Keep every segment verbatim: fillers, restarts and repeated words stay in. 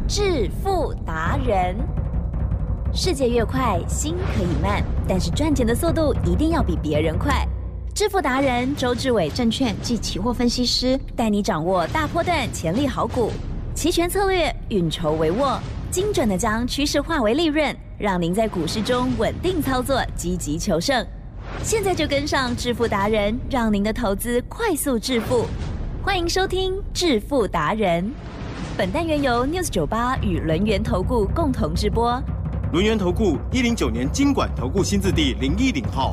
致富达人。世界越快，心可以慢，但是赚钱的速度一定要比别人快。致富达人周志伟证券及期货分析师带你掌握大波段潜力好股，期权策略运筹帷幄，精准的将趋势化为利润，让您在股市中稳定操作，积极求胜。现在就跟上致富达人，让您的投资快速致富。欢迎收听致富达人。本单元由 News 九十八与轮源投顾共同直播。 轮源投顾一零九年金管投顾新字第零一零号。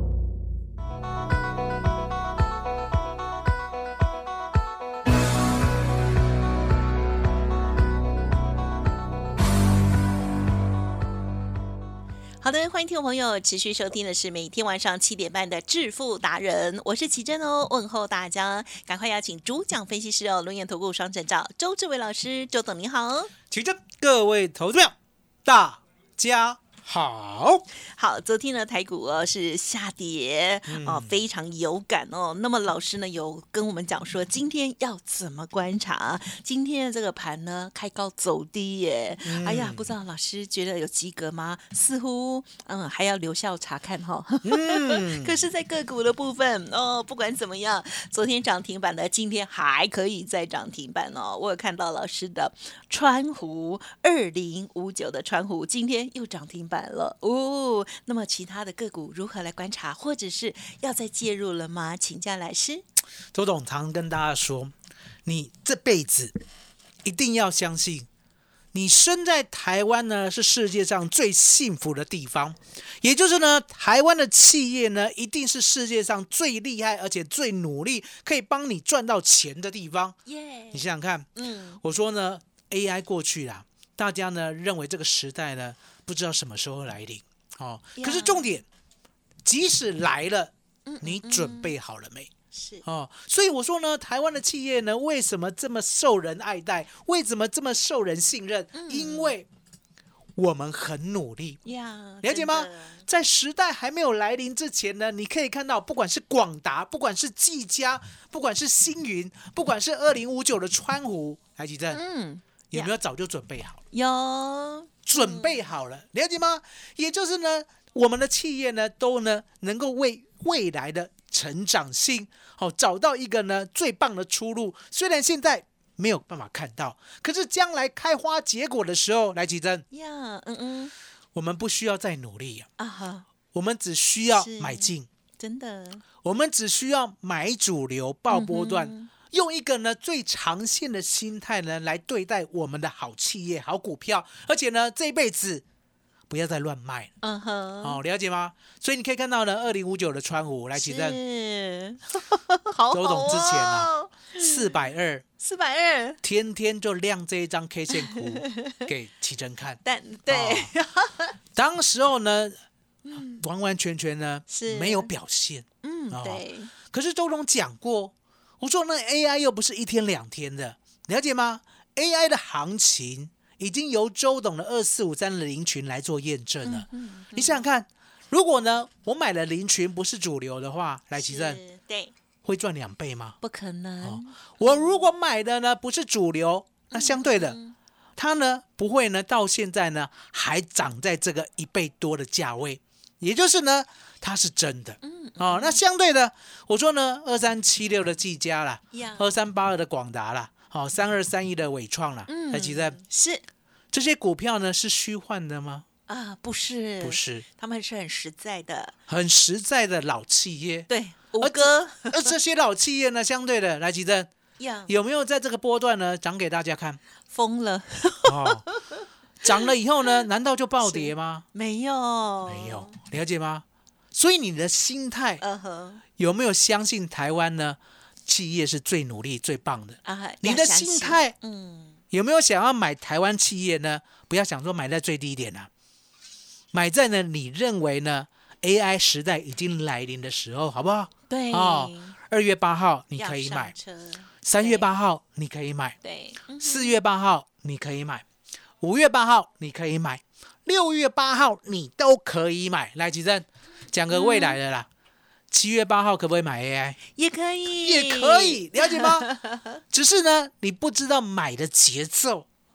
好的，欢迎听众朋友持续收听的是每天晚上七点半的致富达人，我是奇珍哦，问候大家，赶快邀请主讲分析师哦，轮源投顾双证照周志伟老师，周董你好。 奇珍，各位投资者大家好。 好，昨天呢台股哦是下跌、嗯、哦，非常有感哦。那么老师呢有跟我们讲说，今天要怎么观察？今天的这个盘呢开高走低耶。嗯、哎呀，不知道老师觉得有及格吗？似乎嗯还要留校查看哈、哦。嗯、可是，在个股的部分哦，不管怎么样，昨天涨停板的，今天还可以再涨停板哦。我有看到老师的川湖二零五九的川湖，今天又涨停板了哦。那么其他的个股如何来观察，或者是要再介入了吗？请教老师。 周董常跟大家说，你这辈子一定要相信，你生在台湾呢是世界上最幸福的地方，也就是呢，台湾的企业呢一定是世界上最厉害而且最努力，可以帮你赚到钱的地方。Yeah. 你想想看，嗯，我说呢 ，A I 过去啦，大家呢认为这个时代呢不知道什么时候来临。哦，可是重点，即使来了，你准备好了没？是哦，所以我说呢，台湾的企业呢，为什么这么受人爱戴？为什么这么受人信任？嗯、因为我们很努力呀，了解吗？在时代还没有来临之前呢，你可以看到，不管是广达，不管是技嘉，不管是星云，不管是二零五九的川湖，台积电，嗯，有没有早就准备好？ 有。 准备好了，了解吗？也就是呢，我们的企业呢，都呢能够为未来的成长性，好、哦、找到一个呢最棒的出路。虽然现在没有办法看到，可是将来开花结果的时候，来奇珍呀，嗯嗯，我们不需要再努力啊，哈，我们只需要买进， 真的， 我们只需要买主流爆波段。嗯，用一个呢最长线的心态呢来对待我们的好企业、好股票，而且呢这一辈子不要再乱卖。嗯哼，哦，了解吗？所以你可以看到呢，二零五九的川湖来奇珍，好，周董之前啊，四百二，四百二，天天就亮这一张 K 线图给奇珍看。 但对， 哦、当时候呢，完完全全呢是没有表现。嗯，哦、对。可是周董讲过。我说那 A I 又不是一天两天的，了解吗 ？A I 的行情已经由周董的二四五三的林群来做验证了。嗯嗯嗯、你想想看，如果呢我买的林群不是主流的话，来奇正， 对， 会赚两倍吗？ 不可能、哦。 我如果买的呢不是主流，那相对的，嗯嗯、它呢不会呢到现在呢还涨在这个一倍多的价位，也就是呢它是真的。嗯哦，那相对的，我说呢，二三七六的技嘉啦，二三八二的广达啦，好、哦，三二三一的伟创啦，嗯，其实是这些股票呢是虚幻的吗？ 啊，不是， 不是， 他们是很实在的， 很实在的老企业。 对，五哥， 而, 而这些老企业呢，相对的，来吉珍，有没有在这个波段呢涨给大家看？ 疯了， 哦，涨了以后呢，难道就暴跌吗？ 没有， 没有，了解吗？所以你的心态、uh-huh. 有没有相信台湾呢？企业是最努力、最棒的。Uh-huh. 你的心态，嗯，有没有想要买台湾企业呢？不要想说买在最低点啊，买在呢你认为呢 A I 时代已经来临的时候，好不好？ 对。 哦，二月八号你可以买，三月八号你可以买， 对， 四月八号你可以买，五月八号你可以买，六月八号你都可以买。来，吉珍。讲个未来的啦，七、嗯、月八号可不可以买 A I？ 也可以， 也可以，了解吗？只是呢，你不知道买的节奏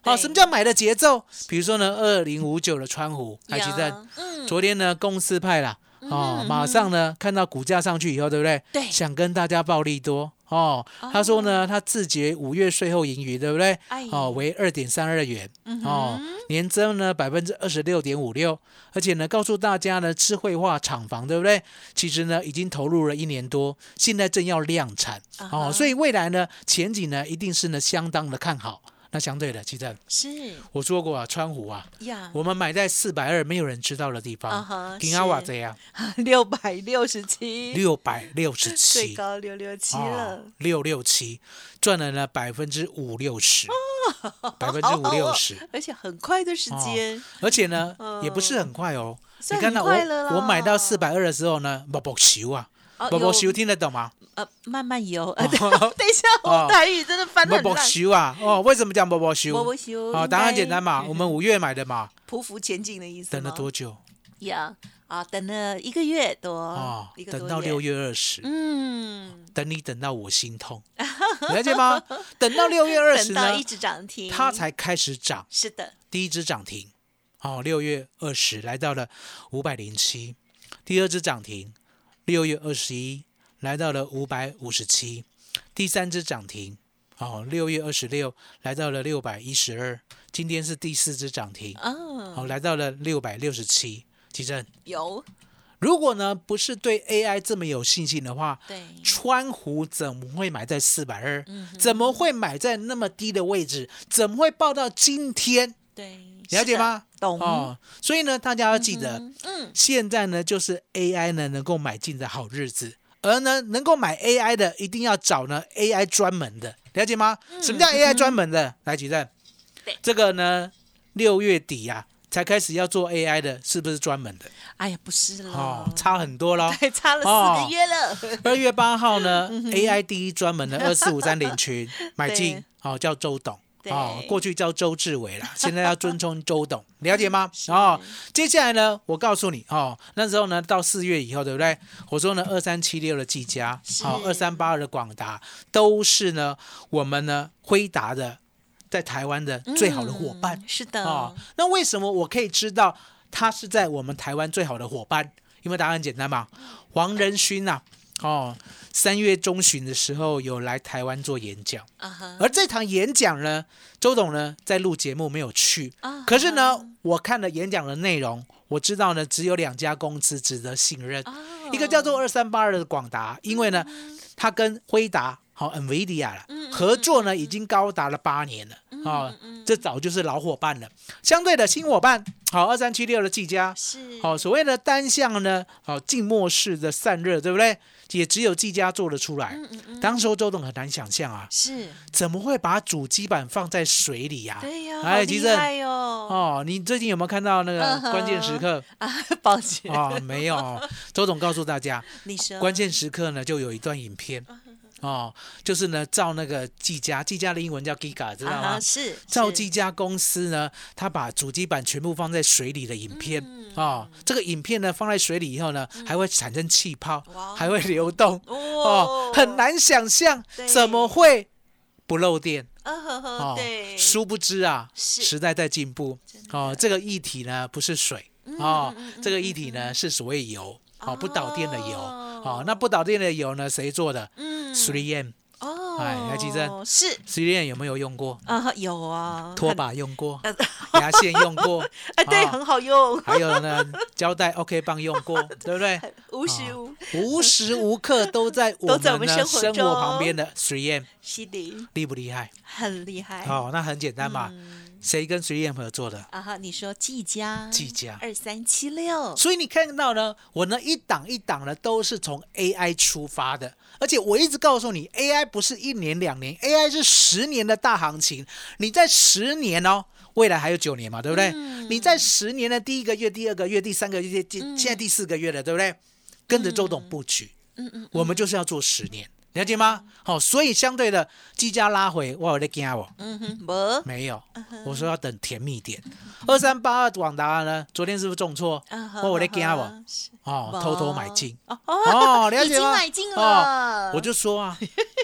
好，什么叫买的节奏？比如说呢，二零五九的川湖，台积电， 嗯， 昨天呢公司派啦，哦，马上呢看到股价上去以后，对不对？ 对想跟大家报利多。哦，他说呢，他自结五月税后盈余，对不对？ 哎哦，为二点三二元， 嗯哦，年增呢百分之二十六点五六，而且呢，告诉大家呢，智慧化厂房，对不对？其实呢，已经投入了一年多，现在正要量产，哦，所以未来呢，前景呢，一定是呢相当的看好。那相对的，其实是我说过啊，川湖啊， 呀， 我们买在四百二，没有人知道的地啊方， 哈金阿瓦这样六百六十七， 六百六十最七。 高六六七了， 六六七赚了呢百分之五六十，百分之五六十， 而且很快的时间， 而且呢嗯也不是很快哦。 算你看到很快了啦我我买到四百二的时候呢，不不修啊， 哦不不修有听得懂吗？ 呃，慢慢游。呃等等一下，我台语真的翻得不不很烂。 修啊，哦，为什么讲不不修？ 不不修好， 应答案该简单嘛，我们五月买的嘛， 匍匐前进的意思等了吗多久？ 呀啊，等了一个月多， 哦一，个多等到六月二十， 嗯， 等你等到我心痛，了解吗？等到六月二十呢等到一，直涨停， 它才开始涨。 是的， 第一只涨停，哦，六月二十来到了五百零七，第二只涨停，六月二十一来到了五百五十七，第三只涨停，哦，六月二十六来到了六百一十二，今天是第四只涨停， 嗯， 哦，来到了六百六十七。奇正， 有如果呢不是对 A I 这么有信心的话， 对， 川湖怎么会买在四百二？ 嗯哼怎么会买在那么低的位置？怎么会报到今天？ 对， 了解吗？ 是的？懂哦，所以呢，大家要记得， 嗯嗯， 现在呢就是 A I 呢能够买进的好日子，而呢能够买 A I 的，一定要找呢 A I 专门的，了解吗？什么叫 A I 专门的？来，举证对。 这个呢，六月底呀、啊、才开始要做 A I 的，是不是专门的？ 哎呀，不是了， 哦，差很多咯。 对，差了四个月了， 二月八号呢，A I 第一专门的二四五三零群买进，哦，叫周董。 对哦，过去叫周志伟啦，现在要尊称周董，了解吗？哦，接下来呢，我告诉你哦，那时候呢，到四月以后，对不对？我说呢，二三七六的技嘉，好，二三八二的广达，都是呢，我们呢辉达的在台湾的最好的伙伴。 嗯是的， 哦，那为什么我可以知道他是在我们台湾最好的伙伴？因为答案很简单嘛，黄仁勋呐、啊，哦，三月中旬的时候有来台湾做演讲， 啊哈， 而这场演讲呢，周董呢在录节目没有去， 啊可是呢，我看了演讲的内容，我知道呢只有两家公司值得信任， 哦一个叫做二三八二的广达，因为呢，它跟辉达好 NVIDIA 了合作呢已经高达了八年了，啊，这早就是老伙伴了。相对的新伙伴，好二三七六的技嘉， 是好所谓的单向呢，好静默式的散热，对不对？也只有技嘉做得出来。当时候周董很难想象啊， 是， 怎么会把主机板放在水里呀、啊？ 对呀， 哎， 好厉吉正害哦， 哦，你最近有没有看到那个嗯哼关键时刻？ 啊，抱歉， 哦，没有哦。周董告诉大家， 你说关键时刻呢就有一段影片，哦，就是呢照那个技嘉，技嘉的英文叫 Giga， 知道吗？ 啊哈是是照技嘉公司呢，他把主机板全部放在水里的影片， 嗯哦，这个影片呢放在水里以后呢，还会产生气泡， 哇还会流动，哦哦， 很难想象对怎么会不漏电。 啊呵呵， 哦对， 殊不知啊， 是时代在进步哦。这个议题呢不是水哦， 嗯这个议题呢是所谓油哦，不导电的油哦哦。那不导电的油呢，谁做的嗯 ？three M， 哦， 哎来吉珍是 three M 有没有用过？ 啊，有啊， 拖把用过， 很， 牙线用过， 哎，对， 哦很好用， 还有呢，胶带 OK 棒用过，对不对？ 无时无无时无刻都在我都在我们们的生生活中活旁边的 three M， 是的， 厉不厉害？ 很厉害哦，那很简单嘛，谁跟three M合作的？ 啊哈！你说技嘉， 技嘉二三七六， 所以你看到呢，我呢一档一档呢都是从 A I 出发的，而且我一直告诉你 ，A I 不是一年两年 ，A I 是十年的大行情。你在十年哦，未来还有九年嘛，对不对？你在十年的第一个月、第二个月、第三个月、第现在第四个月了，对不对？跟着周董布局， 嗯嗯， 我们就是要做十年。了解吗？好、所以相对的，技嘉拉回，我有在惊我， 嗯哼，不， 没有，我说要等甜蜜点。二三八二广达呢，昨天是不是重挫？我有在惊我，哦，偷偷买进。 哦哦，了已经解吗？ 买进哦， 了， 我就说啊，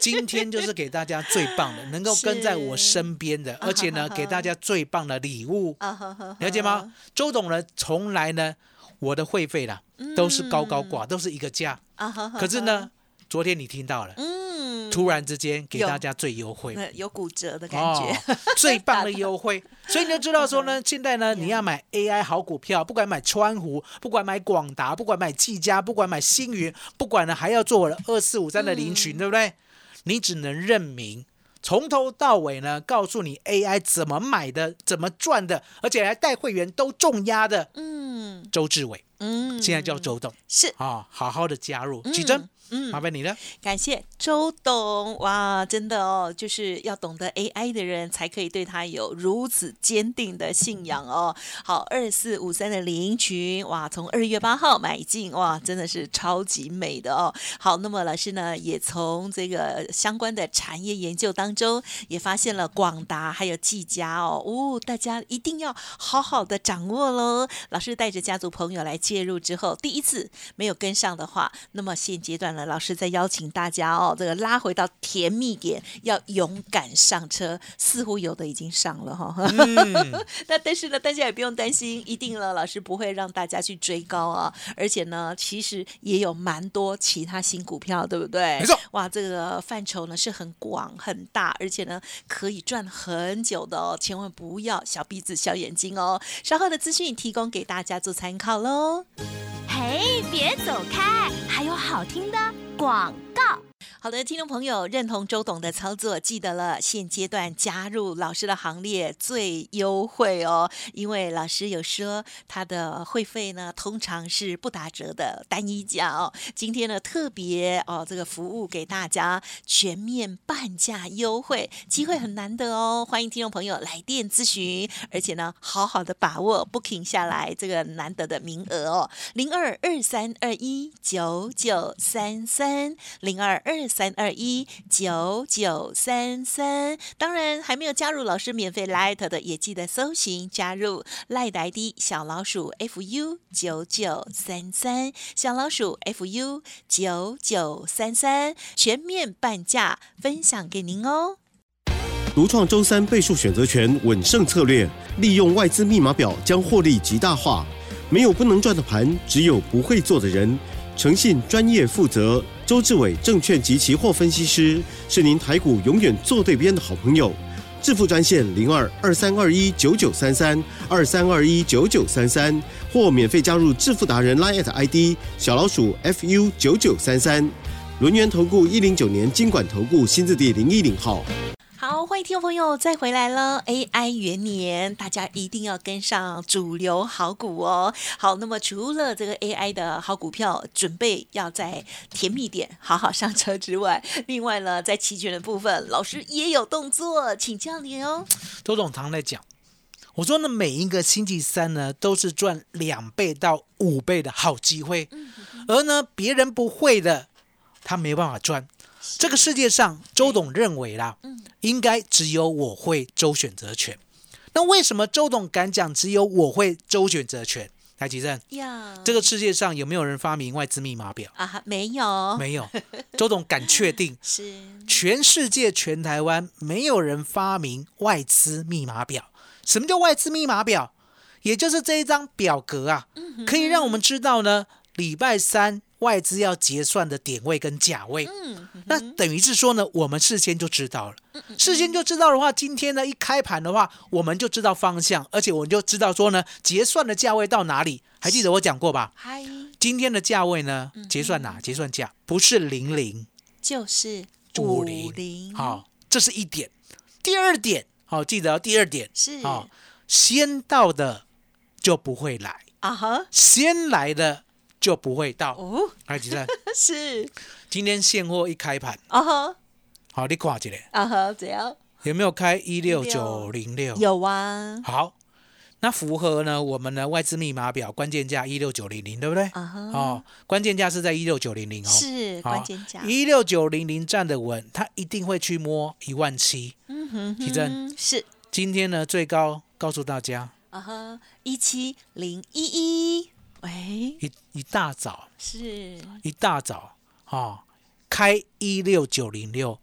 今天就是给大家最棒的，能够跟在我身边的，而且呢，给大家最棒的礼物，了解吗？周董呢，从来呢，我的会费啦，都是高高挂，都是一个价。可是呢，昨天你听到了，嗯，突然之间给大家最优惠， 有, 有骨折的感觉， 哦、最棒的优惠。所以你就知道说呢，现在呢，你要买 A I 好股票，不管买川湖，不管买广达，不管买技嘉，不管买星云，不管呢还要做我的二四五三的林群，嗯、对不对？你只能认明。从头到尾呢，告诉你 A I 怎么买的，怎么赚的，而且还带会员都重压的。嗯，周志伟，嗯，现在叫周董， 是啊、哦，好好的加入，举证。嗯，麻烦你了。 感谢周董，哇，真的哦，就是要懂得 A I 的人才可以对他有如此坚定的信仰哦。好，二四五三的林群，哇，从二月八号买进，哇，真的是超级美的哦。好，那么老师呢，也从这个相关的产业研究当中，也发现了广达还有技嘉哦，哦，大家一定要好好的掌握喽。老师带着家族朋友来介入之后，第一次没有跟上的话，那么现阶段老师在邀请大家哦，这个拉回到甜蜜点，要勇敢上车。似乎有的已经上了哈、哦，嗯、那但是呢，大家也不用担心，一定了，老师不会让大家去追高啊。而且呢，其实也有蛮多其他新股票，对不对？ 没错， 哇，这个范畴呢是很广很大，而且呢可以赚很久的哦，千万不要小鼻子小眼睛哦。稍后的资讯提供给大家做参考喽。 嘿，别走开，还有好听的广告。 好的，听众朋友，认同周董的操作，记得了，现阶段加入老师的行列最优惠哦。因为老师有说他的会费呢，通常是不打折的单一价哦。今天呢，特别哦，这个服务给大家全面半价优惠，机会很难得哦。欢迎听众朋友来电咨询，而且呢，好好的把握 booking 下来这个难得的名额哦。零二二三二一九九三三零二二三二一九九三三，当然还没有加入老师免费 Light 的，也记得搜寻加入 Light 的 I D 小老鼠 F U 九九三三，小老鼠 F U 九九三三，全面半价分享给您哦。 独创周三倍数选择权稳胜策略，利用外资密码表将获利极大化。没有不能赚的盘，只有不会做的人。诚信、专业、负责，周志伟证券及期货分析师是您台股永远坐对边的好朋友。致富专线零二二三二一九九三三二三二一九九三三，或免费加入致富达人 Line I D 小老鼠 F U 九九三三。轮源投顾一零九年金管投顾新字第零一零号。 好，欢迎听众朋友再回来了。A I 元年，大家一定要跟上主流好股哦。好，那么除了这个 A I 的好股票，准备要在甜蜜点好好上车之外，另外呢，在期权的部分，老师也有动作，请教你哦。 周董常在讲，我说呢，每一个星期三呢，都是赚两倍到五倍的好机会，嗯、而呢，别人不会的，他没办法赚。这个世界上，周董认为啦，嗯、应该只有我会周选择权。那为什么周董敢讲只有我会周选择权？来，吉正，这个世界上有没有人发明外资密码表啊？没有， 没有。周董敢确定， 是全世界、全台湾没有人发明外资密码表。什么叫外资密码表？也就是这一张表格啊，嗯、可以让我们知道呢，礼拜三外资要结算的点位跟价位，嗯、那等于是说呢，我们事先就知道了。嗯、事先就知道的话，今天呢一开盘的话，我们就知道方向，而且我们就知道说呢，结算的价位到哪里。还记得我讲过吧？今天的价位呢，结算哪？结算价不是零零， 就是五零。好，这是一点。第二点，好，记得第二点是好，先到的就不会来啊哈， 先来的就不会到哦。 来，几站是今天现货一开盘啊哈， 好，你看一下啊哈，怎样？ 有没有开一六九零六？ 有啊。 好，那符合呢我们的外资密码表关键价一六九零零，对不对？ 啊哈， 哦，关键价是在一六九零零哦， 是关键价一六九零零站得稳，它一定会去摸一万七。 嗯哼， 奇珍是今天呢最高告诉大家啊哈，一七零一一。喂， 一一大早是一大早啊、哦，开一六九零六，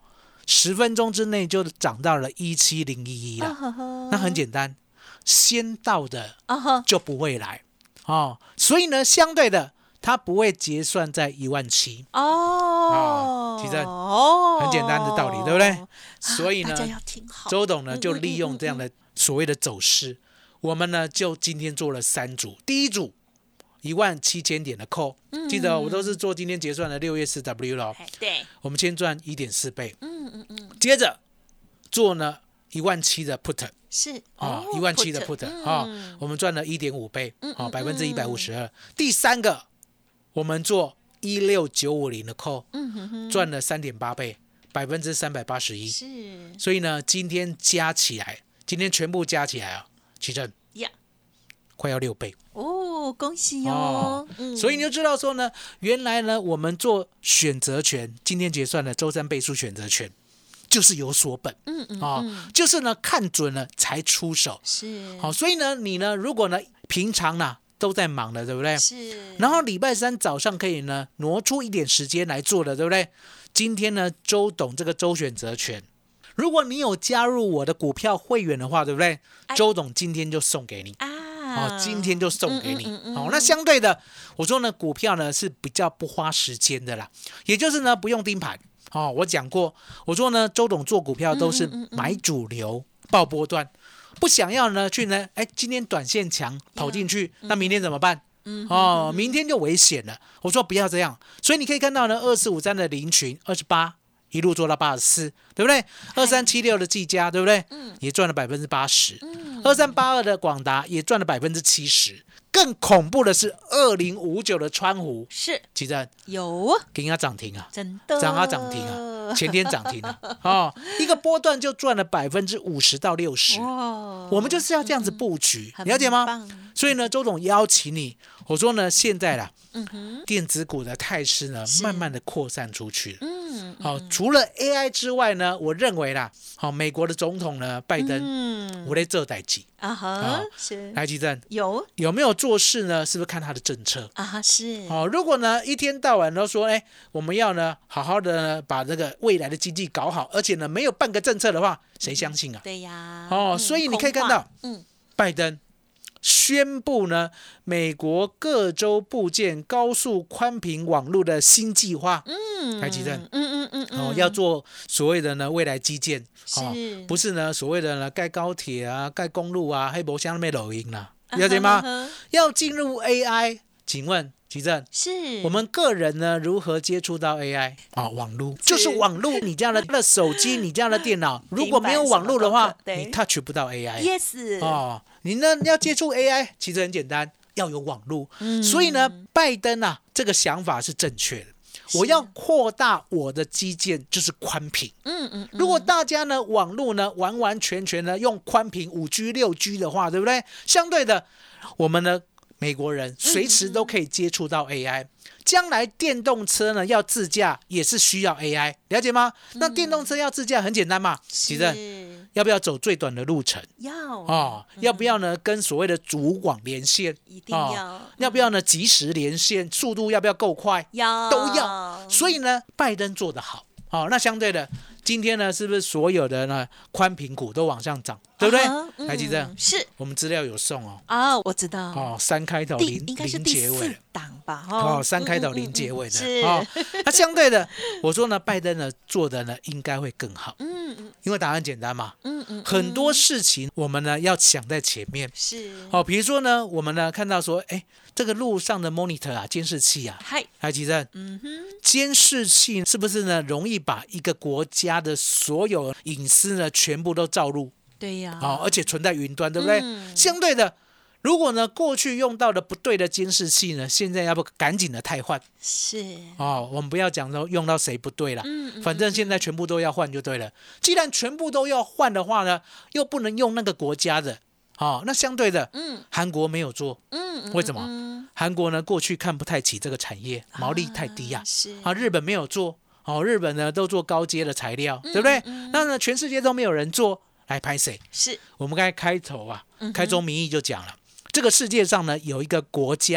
十分钟之内就涨到了一七零一一了。 啊、 那很简单，先到的啊就不会来哦，所以呢，相对的它不会结算在一万七哦， 其实哦， 很简单的道理，对不对？所以呢， 大家要听好， 周董呢就利用这样的所谓的走势，我们呢就今天做了三组，第一组一万七千点的扣，记得我都是做今天结算的六月四 W 了， 对， 我们先赚一点四倍， 嗯嗯嗯， 接着做呢一万七的 put。 是啊，一万七的 put 啊，我们赚了一点五倍，啊，百分之一百五十二。第三个，我们做一六九五零的 call， 赚了三点八倍，百分之三百八十一。 是， 所以呢，今天加起来，今天全部加起来啊，奇正呀， 快要六倍哦，恭喜哦！ 嗯、所以你就知道说呢，原来呢，我们做选择权，今天结算的周三倍数选择权。就是有所本，嗯嗯啊、哦，就是呢看准了才出手， 是好、哦，所以呢你呢如果呢平常呢都在忙的，对不对？ 是， 然后礼拜三早上可以呢挪出一点时间来做的，对不对？今天呢周董这个周选择权，如果你有加入我的股票会员的话，对不对？周董今天就送给你啊。哦，今天就送给你。好、嗯嗯嗯哦，那相对的，我说呢，股票呢是比较不花时间的啦，也就是呢不用盯盘。哦，我讲过，我说呢，周董做股票都是买主流、报波段，不想要呢去呢，哎，今天短线强跑进去，那明天怎么办？哦，明天就危险了。我说不要这样，所以你可以看到呢，二四五三的林群二十八一路做到八十四，对不对？二三七六的技嘉，对不对？也赚了百分之八十。二三八二的广达也赚了百分之七十。更恐怖的是二零五九的川湖， 是奇正有给人家涨停啊， 真的涨它涨停啊，前天涨停啊，哦，一个波段就赚了百分之五十到六十，我们就是要这样子布局，嗯、了解吗？所以呢，周董邀请你，我说呢，现在啦，嗯哼，电子股的态势呢，慢慢的扩散出去了，嗯，好、哦，除了 A I 之外呢，我认为啦，好、哦，美国的总统呢，拜登，嗯，我在这代机啊哈，哦、是来基正有有没有做事呢？是不是看他的政策啊？是哦，如果呢一天到晚都说，哎，我们要呢好好的呢把这个未来的经济搞好，而且呢没有半个政策的话，谁相信啊？ 对呀， 哦，所以你可以看到，嗯，拜登宣布呢，美国各州部建高速宽频网络的新计划，嗯，台积电，嗯嗯嗯嗯，哦，要做所谓的呢未来基建，哦，不是呢所谓的呢盖高铁啊、盖公路啊，还无像那边抖音啦，了解吗？ uh-huh. 要进入 A I， 请问奇正， 是我们个人呢如何接触到 A I 啊、哦？网络就是网络，你这样的手机，你这样的电脑，如果没有网络的话，你 touch 不到 A I。Yes， 哦，你呢要接触 A I， 其实很简单，要有网络。嗯、所以呢，拜登啊，这个想法是正确的。我要扩大我的基建，就是宽频。嗯嗯。如果大家呢网络呢完完全全的用宽频五 G 六 G 的话，对不对？相对的，我们呢美国人随时都可以接触到 A I。将来电动车呢要自驾也是需要 A I， 了解吗？那电动车要自驾很简单嘛，其实要不要走最短的路程？ 要哦，嗯、要不要呢跟所谓的主网连线？ 一定要。 哦、要不要呢即时连线？速度要不要够快？ 要， 都要。所以呢，拜登做得好。好、哦，那相对的，今天呢，是不是所有的呢宽频股都往上涨，对不对？台积电是， 我们资料有送哦。 啊，我知道。 哦，三开头零应该是第四档吧？ 哦，哦三开头零结尾的。是。哦，那相对的，我说呢，拜登呢做的呢应该会更好。嗯嗯。因为答案简单嘛。嗯嗯。很多事情我们呢要想在前面。 是。 哦，比如说呢，我们呢看到说，哎。这个路上的 monitor 啊，监视器啊， 嗨， 台积电，嗯哼，监视器是不是呢，容易把一个国家的所有隐私呢，全部都照入？ 对呀， 哦，而且存在云端，对不对？嗯、相对的，如果呢过去用到的不对的监视器呢，现在要不赶紧的汰换？ 是， 哦，我们不要讲说用到谁不对了，嗯嗯、反正现在全部都要换就对了。既然全部都要换的话呢，又不能用那个国家的。哦，那相对的，嗯，韩国没有做，嗯，为什么？嗯、韩国呢过去看不太起这个产业，毛利太低啊， 是啊，日本没有做，哦，日本呢都做高阶的材料，嗯、对不对？嗯、那呢全世界都没有人做，来拍谁？ 是我们刚才开头啊，开宗明义就讲了，嗯、这个世界上呢有一个国家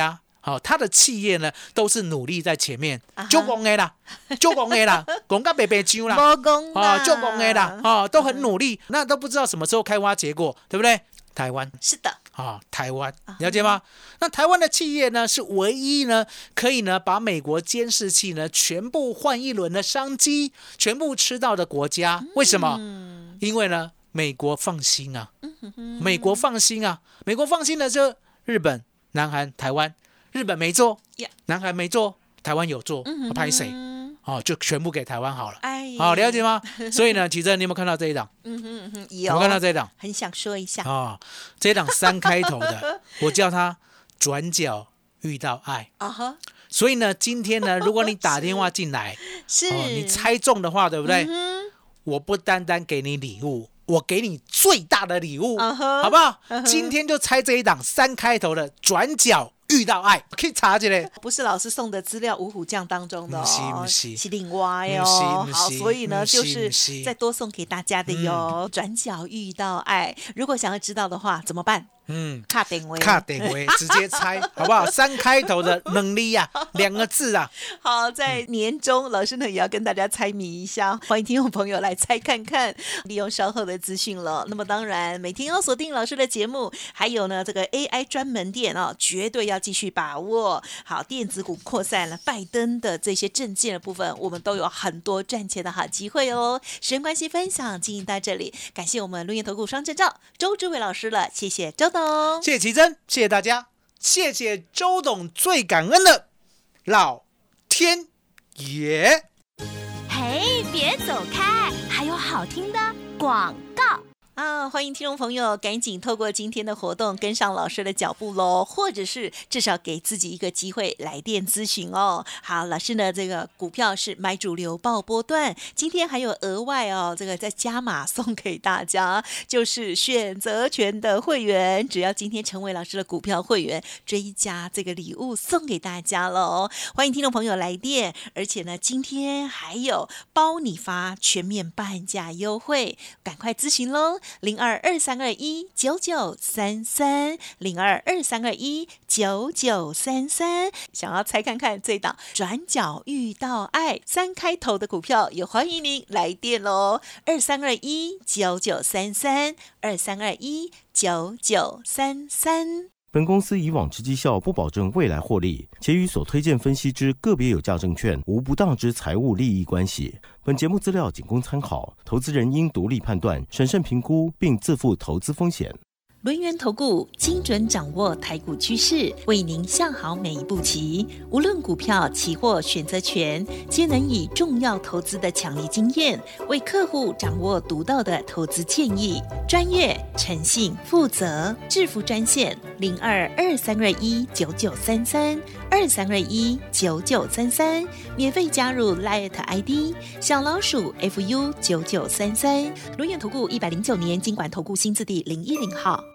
好、哦，他的企业呢都是努力在前面，就讲的啦，就讲的啦，讲到白白讲啦， 没讲啦， 哦，就讲的啦，哦，都很努力，那都不知道什么时候开花结果，对不对？台湾是的， 啊、哦，台湾了解吗？那台湾的企业呢，是唯一呢可以呢把美国监视器呢全部换一轮的商机，全部吃到的国家。为什么？嗯、因为呢，美国放心啊，美国放心啊，美国放心的就日本、南韩、台湾。日本没做， yeah. 南韩没做，台湾有做， 嗯、 拍谁？哦，就全部给台湾好了。 哎， 好、哦，了解吗？所以呢，其实你有没有看到这一档？ 嗯哼嗯哼，有。 有没有看到这一档？ 很想说一下哦，这一档三开头的，我叫它转角遇到爱。 啊哈。 所以呢，今天呢，如果你打电话进来， 是、 哦，你猜中的话，对不对？ 嗯、 我不单单给你礼物，我给你最大的礼物， uh-huh, 好不好？ uh-huh. 今天就猜这一档三开头的转角遇到爱，可以查起来。 不是老师送的资料五虎将当中的哦， 不是是另外哦。好，所以呢，就是再多送给大家的哟。转角遇到爱，如果想要知道的话，怎么办？ 嗯， 卡点位， 卡点位，直接猜好不好？三开头的能力啊，两个字啊。 好，在年终，老师呢也要跟大家猜谜一下，欢迎听众朋友来猜看看，利用稍后的资讯了。那么当然，每天要锁定老师的节目，还有呢这个 A I 专门店哦，绝对要继续把握。好，电子股扩散了，拜登的这些政见的部分，我们都有很多赚钱的好机会哦。时间关系，分享进行到这里，感谢我们轮研投顾双证照周志伟老师了，谢谢周。 谢谢奇珍，谢谢大家，谢谢周董，最感恩的老天爷。 嘿，别走开，还有好听的广告。 啊，欢迎听众朋友赶紧透过今天的活动跟上老师的脚步咯，或者是至少给自己一个机会来电咨询哦。好，老师呢这个股票是买主流报波段，今天还有额外哦这个再加码送给大家，就是选择权的会员，只要今天成为老师的股票会员，追加这个礼物送给大家了。欢迎听众朋友来电，而且呢今天还有包你发全面半价优惠，赶快咨询咯。零二二三二一九九三三，零二二三二一九九三三，想要猜看看这档转角遇到爱三开头的股票，也欢迎您来电喽，二三二一九九三三，二三二一九九三三。 本公司以往之绩效不保证未来获利，且与所推荐分析之个别有价证券无不当之财务利益关系。本节目资料仅供参考，投资人应独立判断、审慎评估，并自负投资风险。 轮源投顾精准掌握台股趋势，为您下好每一步棋。无论股票、期货、选择权，皆能以重要投资的强力经验，为客户掌握独到的投资建议。专业、诚信、负责，致富专线零二二三二一九九三三二三二一九九三三，免费加入 Line I D 小老鼠 F U 九九三三。轮源投顾一百零九年金管投顾新字第零一零号。